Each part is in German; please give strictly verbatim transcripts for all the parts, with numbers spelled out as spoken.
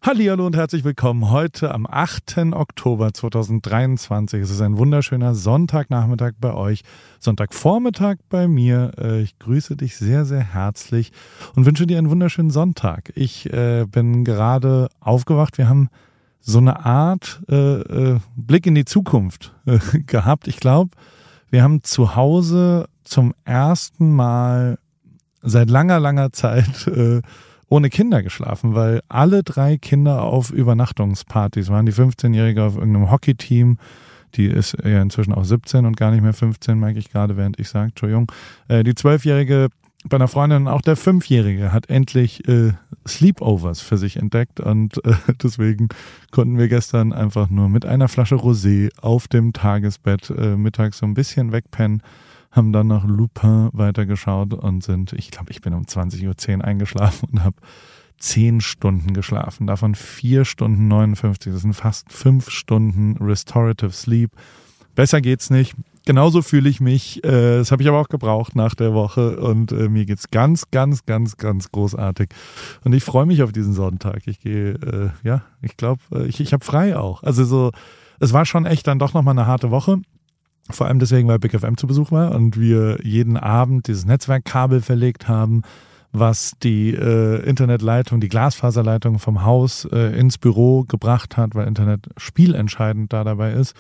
Hallihallo und herzlich willkommen heute am achten Oktober zweitausenddreiundzwanzig. Es ist ein wunderschöner Sonntagnachmittag bei euch, Sonntagvormittag bei mir. Ich grüße dich sehr, sehr herzlich und wünsche dir einen wunderschönen Sonntag. Ich äh, bin gerade aufgewacht. Wir haben so eine Art äh, äh, Blick in die Zukunft äh, gehabt. Ich glaube, wir haben zu Hause zum ersten Mal seit langer, langer Zeit äh, ohne Kinder geschlafen, weil alle drei Kinder auf Übernachtungspartys waren. Die fünfzehnjährige auf irgendeinem Hockeyteam, die ist ja inzwischen auch siebzehn und gar nicht mehr fünfzehn, merke ich gerade, während ich sage, Entschuldigung. Äh, die zwölfjährige bei einer Freundin und auch der fünfjährige hat endlich äh, Sleepovers für sich entdeckt und äh, deswegen konnten wir gestern einfach nur mit einer Flasche Rosé auf dem Tagesbett äh, mittags so ein bisschen wegpennen, haben dann nach Lupin weitergeschaut und sind, ich glaube, ich bin um zwanzig Uhr zehn eingeschlafen und habe zehn Stunden geschlafen, davon vier Stunden neunundfünfzig, das sind fast fünf Stunden Restorative Sleep. Besser geht's nicht. Genauso fühle ich mich, äh, das habe ich aber auch gebraucht nach der Woche und äh, mir geht's ganz, ganz, ganz, ganz großartig. Und ich freue mich auf diesen Sonntag. Ich gehe, äh, ja, ich glaube, äh, ich, ich habe frei auch. Also so, es war schon echt dann doch nochmal eine harte Woche. Vor allem deswegen, weil Big F M zu Besuch war und wir jeden Abend dieses Netzwerkkabel verlegt haben, was die äh, Internetleitung, die Glasfaserleitung vom Haus äh, ins Büro gebracht hat, weil Internet spielentscheidend da dabei ist.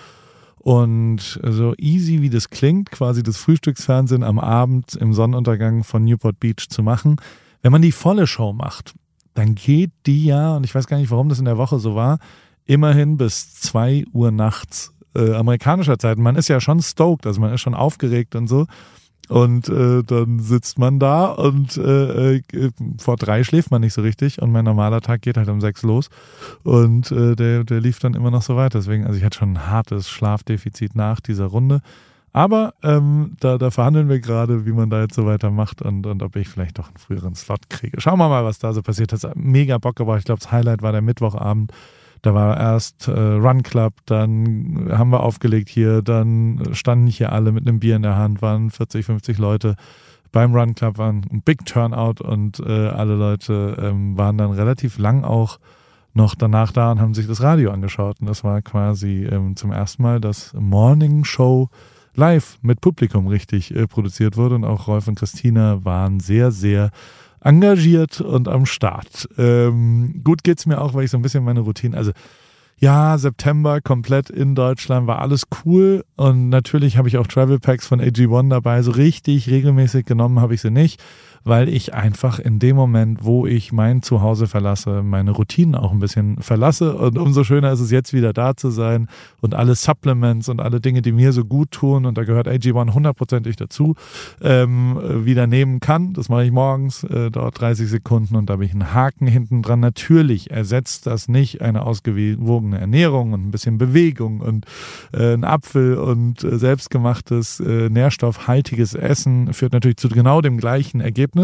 Und so easy wie das klingt, quasi das Frühstücksfernsehen am Abend im Sonnenuntergang von Newport Beach zu machen, wenn man die volle Show macht, dann geht die ja, und ich weiß gar nicht, warum das in der Woche so war, immerhin bis zwei Uhr nachts. Äh, amerikanischer Zeit. Man ist ja schon stoked, also man ist schon aufgeregt und so. Und äh, dann sitzt man da und äh, äh, vor drei schläft man nicht so richtig und mein normaler Tag geht halt um sechs los und äh, der, der lief dann immer noch so weiter. Deswegen, also ich hatte schon ein hartes Schlafdefizit nach dieser Runde. Aber ähm, da, da verhandeln wir gerade, wie man da jetzt so weitermacht und, und ob ich vielleicht doch einen früheren Slot kriege. Schauen wir mal, was da so passiert. Das hat mega Bock gebracht. Ich glaube, das Highlight war der Mittwochabend. Da war erst äh, Run Club, dann haben wir aufgelegt hier, dann standen hier alle mit einem Bier in der Hand, waren vierzig, fünfzig Leute. Beim Run Club waren ein Big Turnout und äh, alle Leute ähm, waren dann relativ lang auch noch danach da und haben sich das Radio angeschaut. Und das war quasi ähm, zum ersten Mal, dass Morning Show live mit Publikum richtig äh, produziert wurde. Und auch Rolf und Christina waren sehr, sehr engagiert und am Start. Ähm, gut geht's mir auch, weil ich so ein bisschen meine Routine, also ja, September komplett in Deutschland, war alles cool und natürlich habe ich auch Travel Packs von A G eins dabei, so richtig regelmäßig genommen habe ich sie nicht, weil ich einfach in dem Moment, wo ich mein Zuhause verlasse, meine Routinen auch ein bisschen verlasse und umso schöner ist es jetzt wieder da zu sein und alle Supplements und alle Dinge, die mir so gut tun und da gehört A G eins hundertprozentig dazu, ähm, wieder nehmen kann. Das mache ich morgens, äh, dauert dreißig Sekunden und da habe ich einen Haken hinten dran. Natürlich ersetzt das nicht eine ausgewogene Ernährung und ein bisschen Bewegung und äh, ein Apfel und äh, selbstgemachtes, äh, nährstoffhaltiges Essen führt natürlich zu genau dem gleichen Ergebnis.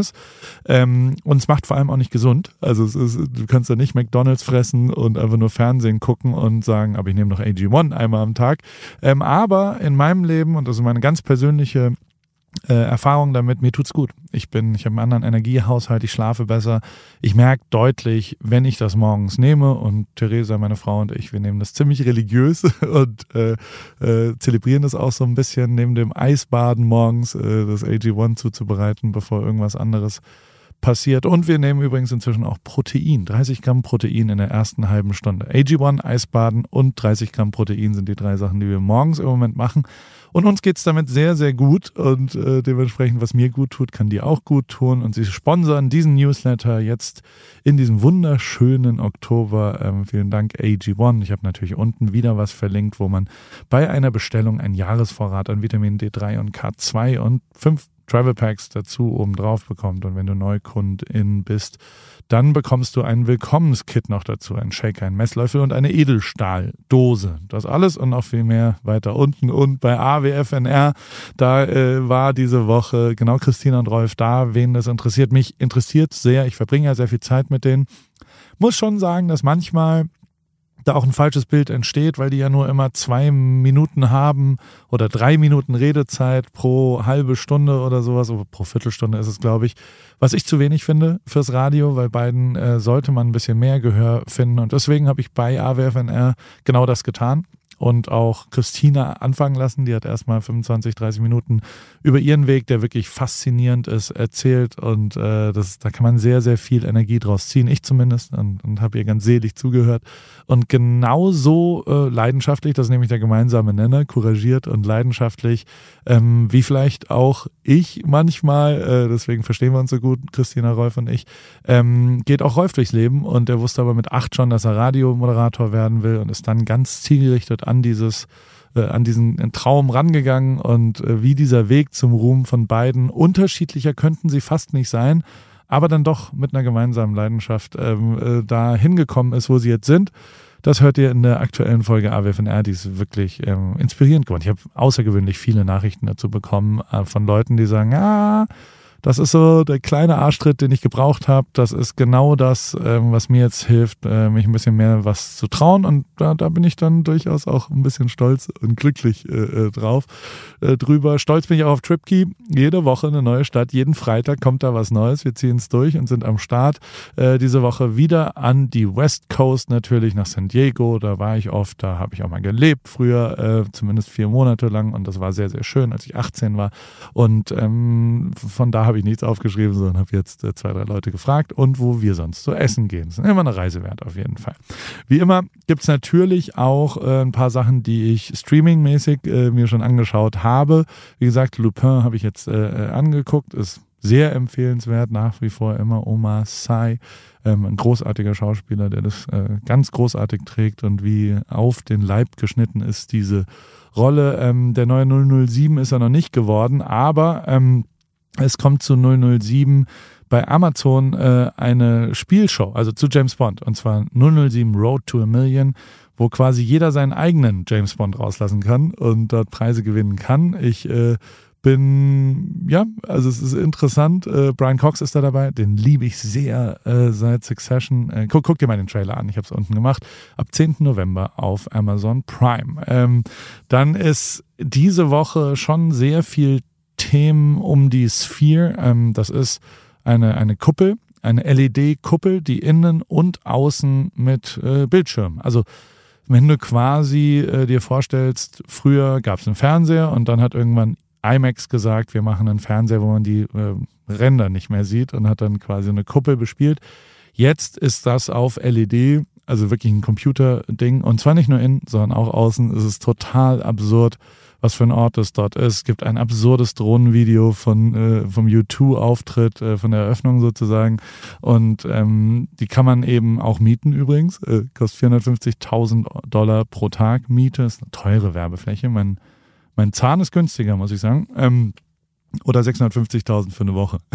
Ähm, und es macht vor allem auch nicht gesund. Also es ist, du kannst ja nicht McDonald's fressen und einfach nur Fernsehen gucken und sagen, aber ich nehme doch A G eins einmal am Tag. Ähm, aber in meinem Leben, und das ist meine ganz persönliche äh, Erfahrung damit, mir tut's gut. Ich bin, ich habe einen anderen Energiehaushalt, ich schlafe besser. Ich merke deutlich, wenn ich das morgens nehme und Theresa, meine Frau und ich, wir nehmen das ziemlich religiös und äh, äh, zelebrieren das auch so ein bisschen, neben dem Eisbaden morgens äh, das A G eins zuzubereiten, bevor irgendwas anderes passiert. Und wir nehmen übrigens inzwischen auch Protein, dreißig Gramm Protein in der ersten halben Stunde. A G eins, Eisbaden und dreißig Gramm Protein sind die drei Sachen, die wir morgens im Moment machen. Und uns geht's damit sehr, sehr gut und äh, dementsprechend, was mir gut tut, kann dir auch gut tun. Und sie sponsern diesen Newsletter jetzt in diesem wunderschönen Oktober. Ähm, vielen Dank A G eins. Ich habe natürlich unten wieder was verlinkt, wo man bei einer Bestellung einen Jahresvorrat an Vitamin D drei und K zwei und fünf Travel Packs dazu oben drauf bekommt. Und wenn du Neukundin bist, dann bekommst du ein Willkommenskit noch dazu. Ein Shaker, ein Messlöffel und eine Edelstahldose. Das alles und noch viel mehr weiter unten. Und bei A W F N R, da äh, war diese Woche genau Christina und Rolf da. Wen das interessiert, mich interessiert sehr. Ich verbringe ja sehr viel Zeit mit denen. Muss schon sagen, dass manchmal da auch ein falsches Bild entsteht, weil die ja nur immer zwei Minuten haben oder drei Minuten Redezeit pro halbe Stunde oder sowas, oder pro Viertelstunde ist es, glaube ich, was ich zu wenig finde fürs Radio, weil beiden äh, sollte man ein bisschen mehr Gehör finden und deswegen habe ich bei A W F N R genau das getan. Und auch Christina anfangen lassen. Die hat erstmal fünfundzwanzig, dreißig Minuten über ihren Weg, der wirklich faszinierend ist, erzählt. Und äh, das, da kann man sehr, sehr viel Energie draus ziehen. Ich zumindest. Und, und habe ihr ganz selig zugehört. Und genauso äh, leidenschaftlich, das ist nämlich der gemeinsame Nenner, couragiert und leidenschaftlich, ähm, wie vielleicht auch ich manchmal, äh, deswegen verstehen wir uns so gut, Christina Rolf und ich, ähm, geht auch Rolf durchs Leben. Und er wusste aber mit acht schon, dass er Radiomoderator werden will und ist dann ganz zielgerichtet an dieses, äh, an diesen Traum rangegangen und äh, wie dieser Weg zum Ruhm von beiden, unterschiedlicher könnten sie fast nicht sein, aber dann doch mit einer gemeinsamen Leidenschaft ähm, äh, da hingekommen ist, wo sie jetzt sind. Das hört ihr in der aktuellen Folge A W F N R, die ist wirklich ähm, inspirierend geworden. Ich habe außergewöhnlich viele Nachrichten dazu bekommen äh, von Leuten, die sagen, ah, das ist so der kleine Arschtritt, den ich gebraucht habe. Das ist genau das, ähm, was mir jetzt hilft, äh, mich ein bisschen mehr was zu trauen. Und da, da bin ich dann durchaus auch ein bisschen stolz und glücklich äh, drauf äh, drüber. Stolz bin ich auch auf TripKey. Jede Woche eine neue Stadt. Jeden Freitag kommt da was Neues. Wir ziehen es durch und sind am Start. Äh, diese Woche wieder an die West Coast, natürlich nach San Diego. Da war ich oft. Da habe ich auch mal gelebt früher, äh, zumindest vier Monate lang. Und das war sehr, sehr schön, als ich achtzehn war. Und ähm, von da habe habe ich nichts aufgeschrieben, sondern habe jetzt äh, zwei, drei Leute gefragt und wo wir sonst so essen gehen. Das ist immer eine Reise wert auf jeden Fall. Wie immer gibt es natürlich auch äh, ein paar Sachen, die ich streamingmäßig äh, mir schon angeschaut habe. Wie gesagt, Lupin habe ich jetzt äh, angeguckt, ist sehr empfehlenswert, nach wie vor immer Omar Sy, ähm, ein großartiger Schauspieler, der das äh, ganz großartig trägt und wie auf den Leib geschnitten ist diese Rolle. Ähm, der neue null null sieben ist er noch nicht geworden, aber ähm, es kommt zu null null sieben bei Amazon äh, eine Spielshow, also zu James Bond, und zwar null null sieben Road to a Million, wo quasi jeder seinen eigenen James Bond rauslassen kann und dort Preise gewinnen kann. Ich äh, bin, ja, also es ist interessant. Äh, Brian Cox ist da dabei, den liebe ich sehr äh, seit Succession. Äh, guck, guck dir mal den Trailer an, ich habe es unten gemacht. Ab zehnten November auf Amazon Prime. Ähm, dann ist diese Woche schon sehr viel Themen um die Sphere. Ähm, das ist eine, eine Kuppel, eine L E D-Kuppel, die innen und außen mit äh, Bildschirm. Also wenn du quasi äh, dir vorstellst, früher gab es einen Fernseher und dann hat irgendwann IMAX gesagt, wir machen einen Fernseher, wo man die äh, Ränder nicht mehr sieht, und hat dann quasi eine Kuppel bespielt. Jetzt ist das auf L E D, also wirklich ein Computerding, und zwar nicht nur innen, sondern auch außen. Es ist total absurd, was für ein Ort es dort ist. Es gibt ein absurdes Drohnenvideo von äh, vom U zwei Auftritt, äh, von der Eröffnung sozusagen. Und ähm, die kann man eben auch mieten übrigens. Äh, kostet vierhundertfünfzigtausend Dollar pro Tag Miete. Ist eine teure Werbefläche. Mein, mein Zahn ist günstiger, muss ich sagen. Ähm, oder sechshundertfünfzigtausend für eine Woche.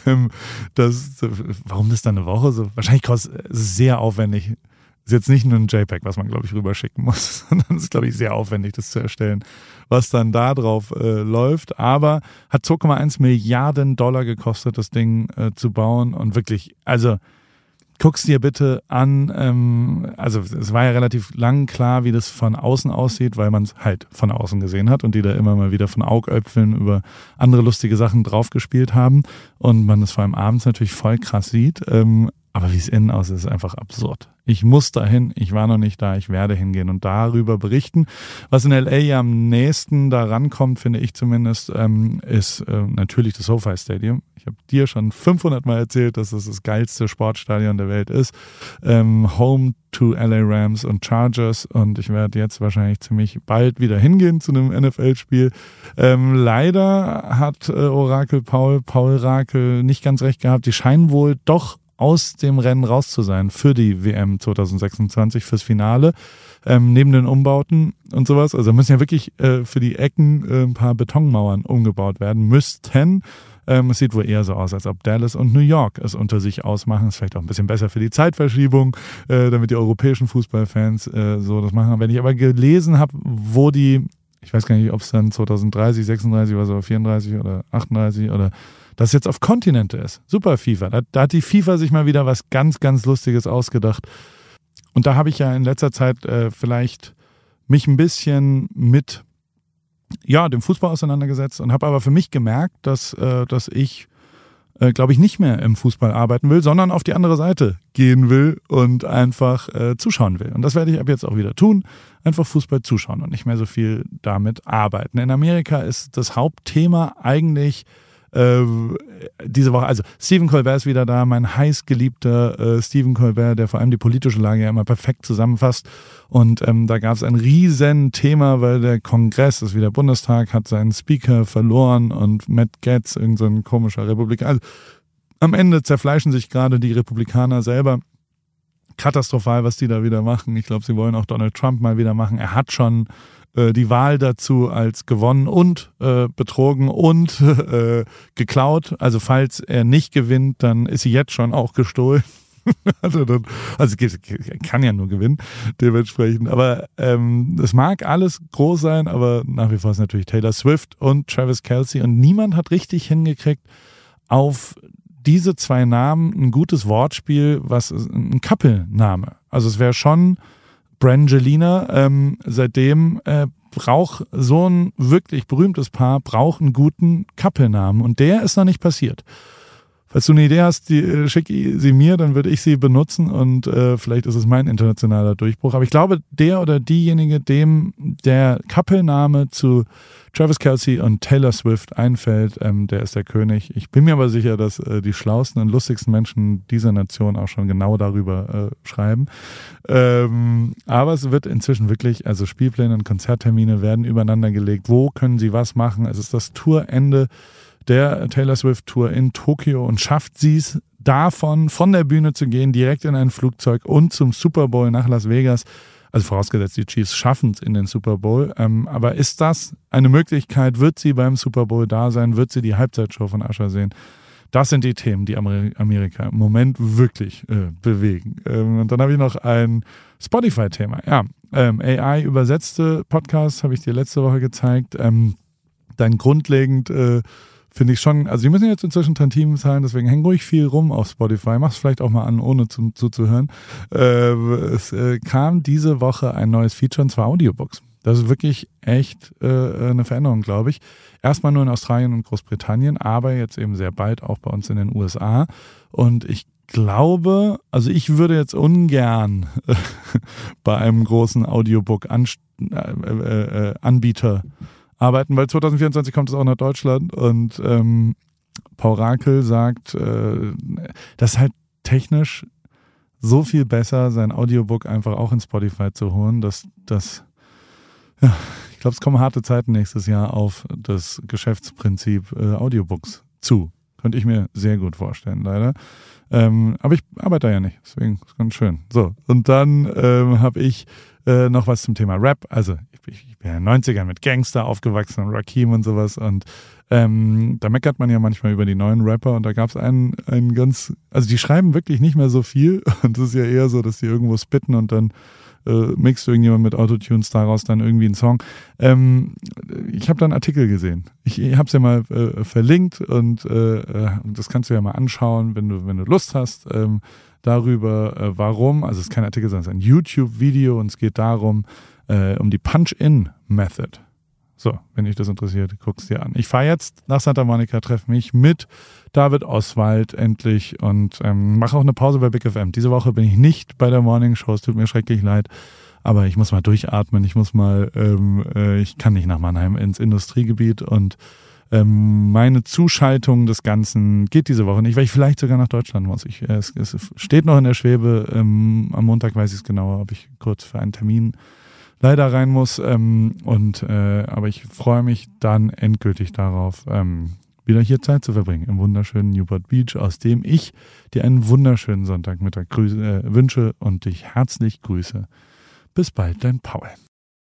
das, warum das dann eine Woche? So, wahrscheinlich kostet es sehr aufwendig. Ist jetzt nicht nur ein JPEG, was man, glaube ich, rüberschicken muss, sondern es ist, glaube ich, sehr aufwendig, das zu erstellen, was dann da drauf äh, läuft. Aber hat zwei Komma eins Milliarden Dollar gekostet, das Ding äh, zu bauen. Und wirklich, also guck's dir bitte an. Ähm, also es war ja relativ lang klar, wie das von außen aussieht, weil man es halt von außen gesehen hat und die da immer mal wieder von Augäpfeln über andere lustige Sachen draufgespielt haben. Und man es vor allem abends natürlich voll krass sieht. Ähm, aber wie es innen aussieht, ist einfach absurd. Ich muss dahin, ich war noch nicht da, ich werde hingehen und darüber berichten. Was in L A ja am nächsten da rankommt, finde ich zumindest, ähm, ist äh, natürlich das SoFi Stadium. Ich habe dir schon fünfhundert Mal erzählt, dass es das geilste Sportstadion der Welt ist. Ähm, Home to L A Rams und Chargers, und ich werde jetzt wahrscheinlich ziemlich bald wieder hingehen zu einem N F L-Spiel. Ähm, leider hat äh, Orakel Paul, Paul Rakel nicht ganz recht gehabt. Die scheinen wohl doch aus dem Rennen raus zu sein für die W M zwanzig sechsundzwanzig, fürs Finale, ähm, neben den Umbauten und sowas. Also müssen ja wirklich äh, für die Ecken äh, ein paar Betonmauern umgebaut werden müssten. Ähm, es sieht wohl eher so aus, als ob Dallas und New York es unter sich ausmachen. Ist vielleicht auch ein bisschen besser für die Zeitverschiebung, äh, damit die europäischen Fußballfans äh, so das machen. Wenn ich aber gelesen habe, wo die, ich weiß gar nicht, ob es dann zwanzig dreißig, sechsunddreißig oder so, vierunddreißig oder achtunddreißig oder das jetzt auf Kontinente ist. Super FIFA. Da, da hat die FIFA sich mal wieder was ganz, ganz Lustiges ausgedacht. und da habe ich ja in letzter Zeit äh, vielleicht mich ein bisschen mit ja, dem Fußball auseinandergesetzt und habe aber für mich gemerkt, dass, äh, dass ich, äh, glaube ich, nicht mehr im Fußball arbeiten will, sondern auf die andere Seite gehen will und einfach äh, zuschauen will. Und das werde ich ab jetzt auch wieder tun. Einfach Fußball zuschauen und nicht mehr so viel damit arbeiten. In Amerika ist das Hauptthema eigentlich äh, diese Woche, also Stephen Colbert ist wieder da, mein heißgeliebter äh, Stephen Colbert, der vor allem die politische Lage ja immer perfekt zusammenfasst. Und ähm, da gab es ein riesen Thema, weil der Kongress, das ist wie der Bundestag, hat seinen Speaker verloren und Matt Gaetz, irgend so ein komischer Republikaner. Also, am Ende zerfleischen sich gerade die Republikaner selber. Katastrophal, was die da wieder machen. Ich glaube, sie wollen auch Donald Trump mal wieder machen. Er hat schon äh, die Wahl dazu als gewonnen und äh, betrogen und äh, geklaut. Also falls er nicht gewinnt, dann ist sie jetzt schon auch gestohlen. also also er kann ja nur gewinnen, dementsprechend. Aber ähm, es mag alles groß sein, aber nach wie vor ist natürlich Taylor Swift und Travis Kelce. Und niemand hat richtig hingekriegt, auf diese zwei Namen ein gutes Wortspiel, was ein Couple-Name. Also es wäre schon Brangelina, ähm, seitdem äh, braucht so ein wirklich berühmtes Paar, braucht einen guten Couple-Namen und der ist noch nicht passiert. Falls du eine Idee hast, die, äh, schick sie mir, dann würde ich sie benutzen und äh, vielleicht ist es mein internationaler Durchbruch. Aber ich glaube, der oder diejenige, dem der Couple-Name zu Travis Kelce und Taylor Swift einfällt, ähm, der ist der König. Ich bin mir aber sicher, dass äh, die schlauesten und lustigsten Menschen dieser Nation auch schon genau darüber äh, schreiben. Ähm, aber es wird inzwischen wirklich, also Spielpläne und Konzerttermine werden übereinander gelegt. Wo können sie was machen? Es ist das Tourende der Taylor Swift Tour in Tokio und schafft sie es davon, von der Bühne zu gehen, direkt in ein Flugzeug und zum Super Bowl nach Las Vegas. Also vorausgesetzt, die Chiefs schaffen es in den Super Bowl. Ähm, aber ist das eine Möglichkeit? Wird sie beim Super Bowl da sein? Wird sie die Halbzeitshow von Usher sehen? Das sind die Themen, die Amerika im Moment wirklich äh, bewegen. Ähm, und dann habe ich noch ein Spotify-Thema. Ja, ähm, A I-übersetzte Podcasts habe ich dir letzte Woche gezeigt. Ähm, dann grundlegend äh, finde ich schon, also die müssen jetzt inzwischen Tantiemen zahlen, deswegen häng ruhig viel rum auf Spotify. Mach's vielleicht auch mal an, ohne zu, zuzuhören. Äh, es äh, kam diese Woche ein neues Feature, und zwar Audiobooks. Das ist wirklich echt äh, eine Veränderung, glaube ich. Erstmal nur in Australien und Großbritannien, aber jetzt eben sehr bald auch bei uns in den U S A. Und ich glaube, also ich würde jetzt ungern bei einem großen Audiobook-Anbieter arbeiten, weil zwanzig vierundzwanzig kommt es auch nach Deutschland und ähm, Paul Rakel sagt, äh, das ist halt technisch so viel besser, sein Audiobook einfach auch in Spotify zu holen, dass das, ja, ich glaube, es kommen harte Zeiten nächstes Jahr auf das Geschäftsprinzip äh, Audiobooks zu. Könnte ich mir sehr gut vorstellen, leider. Ähm, aber ich arbeite da ja nicht, deswegen ist ganz schön. So, und dann ähm, habe ich äh, noch was zum Thema Rap. Also ich, ich bin ja in den neunzigern mit Gangster aufgewachsen und Rakim und sowas und ähm, da meckert man ja manchmal über die neuen Rapper und da gab es einen, einen ganz, also die schreiben wirklich nicht mehr so viel und es ist ja eher so, dass die irgendwo spitten und dann äh, mixt irgendjemand mit Autotunes daraus dann irgendwie einen Song. Ähm, ich habe da einen Artikel gesehen. Ich, ich habe es ja mal äh, verlinkt und äh, das kannst du ja mal anschauen, wenn du, wenn du Lust hast, ähm, darüber, äh, warum, also es ist kein Artikel, sondern es ist ein YouTube-Video und es geht darum, äh, um die Punch-In-Method. So, wenn dich das interessiert, guck's dir an. Ich fahre jetzt nach Santa Monica, treffe mich mit David Oswald endlich und ähm, mache auch eine Pause bei Big F M. Diese Woche bin ich nicht bei der Morning Show, es tut mir schrecklich leid, aber ich muss mal durchatmen, ich muss mal, ähm, äh, ich kann nicht nach Mannheim ins Industriegebiet und ähm, meine Zuschaltung des Ganzen geht diese Woche nicht, weil ich vielleicht sogar nach Deutschland muss. Ich, äh, es, es steht noch in der Schwebe, ähm, am Montag weiß ich es genauer, ob ich kurz für einen Termin leider rein muss. Ähm, und äh, aber ich freue mich dann endgültig darauf, ähm, wieder hier Zeit zu verbringen im wunderschönen Newport Beach, aus dem ich dir einen wunderschönen Sonntagmittag grüße, äh, wünsche und dich herzlich grüße. Bis bald, dein Paul.